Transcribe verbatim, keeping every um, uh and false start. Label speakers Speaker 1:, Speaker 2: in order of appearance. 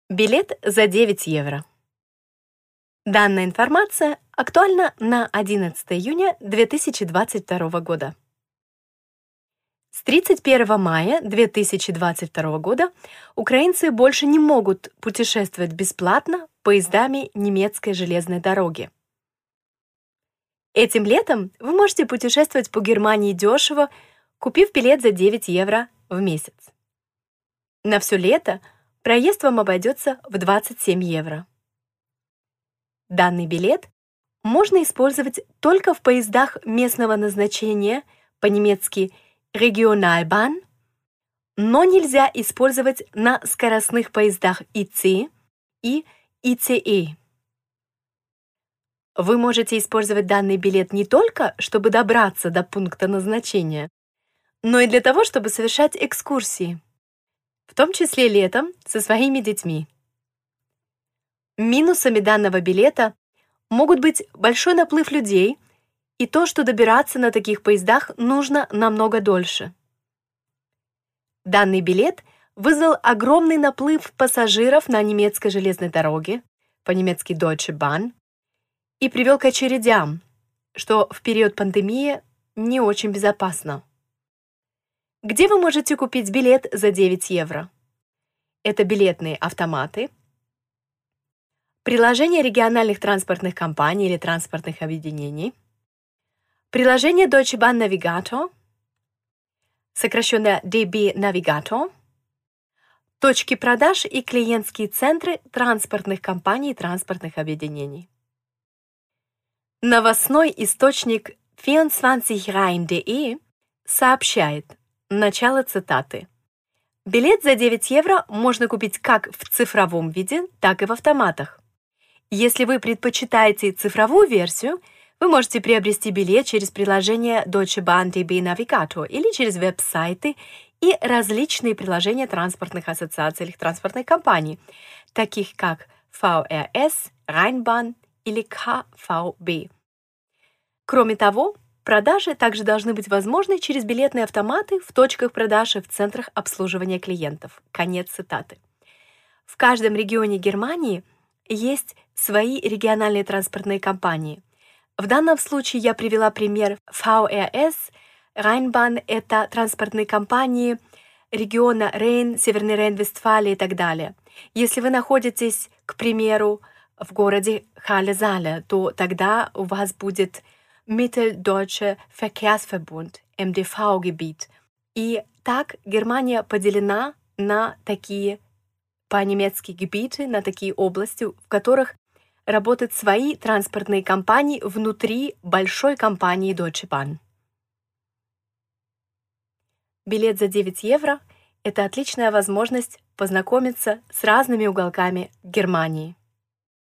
Speaker 1: Билет за девять евро. Данная информация актуальна на одиннадцатое июня две тысячи двадцать второго года. С тридцать первого мая две тысячи двадцать второго года украинцы больше не могут путешествовать бесплатно поездами немецкой железной дороги. Этим летом вы можете путешествовать по Германии дешево, купив билет за девять евро в месяц. На все лето проезд вам обойдется в двадцать семь евро. Данный билет можно использовать только в поездах местного назначения, по-немецки Regionalbahn, но нельзя использовать на скоростных поездах и цэ и и цэ э. Вы можете использовать данный билет не только, чтобы добраться до пункта назначения, но и для того, чтобы совершать экскурсии, в том числе летом со своими детьми. Минусами данного билета могут быть большой наплыв людей и то, что добираться на таких поездах нужно намного дольше. Данный билет вызвал огромный наплыв пассажиров на немецкой железной дороге, по-немецки Deutsche Bahn, и привел к очередям, что в период пандемии не очень безопасно. Где вы можете купить билет за девять евро? Это билетные автоматы, приложение региональных транспортных компаний или транспортных объединений, приложение Deutsche Bahn Navigator, сокращенно ди би Navigator, точки продаж и клиентские центры транспортных компаний и транспортных объединений. Новостной источник двадцать райн точка де сообщает, начало цитаты: «Билет за девять евро можно купить как в цифровом виде, так и в автоматах. Если вы предпочитаете цифровую версию, вы можете приобрести билет через приложение Deutsche Bahn ди би Navigator или через веб-сайты и различные приложения транспортных ассоциаций или транспортных компаний, таких как вэ эр эс, Rheinbahn или ка вэ бэ. Кроме того, продажи также должны быть возможны через билетные автоматы в точках продаж и в центрах обслуживания клиентов». Конец цитаты. В каждом регионе Германии есть свои региональные транспортные компании. В данном случае я привела пример вэ эр эс. Rheinbahn — это транспортные компании региона Рейн, Северный Рейн-Вестфалия и так далее. Если вы находитесь, к примеру, в городе Хале-Зале, то тогда у вас будет Mitteldeutsche Verkehrsverbund, эм дэ вэ-гебит. И так Германия поделена на такие по-немецки гебиты, на такие области, в которых работают свои транспортные компании внутри большой компании Deutsche Bahn. Билет за девять евро – это отличная возможность познакомиться с разными уголками Германии.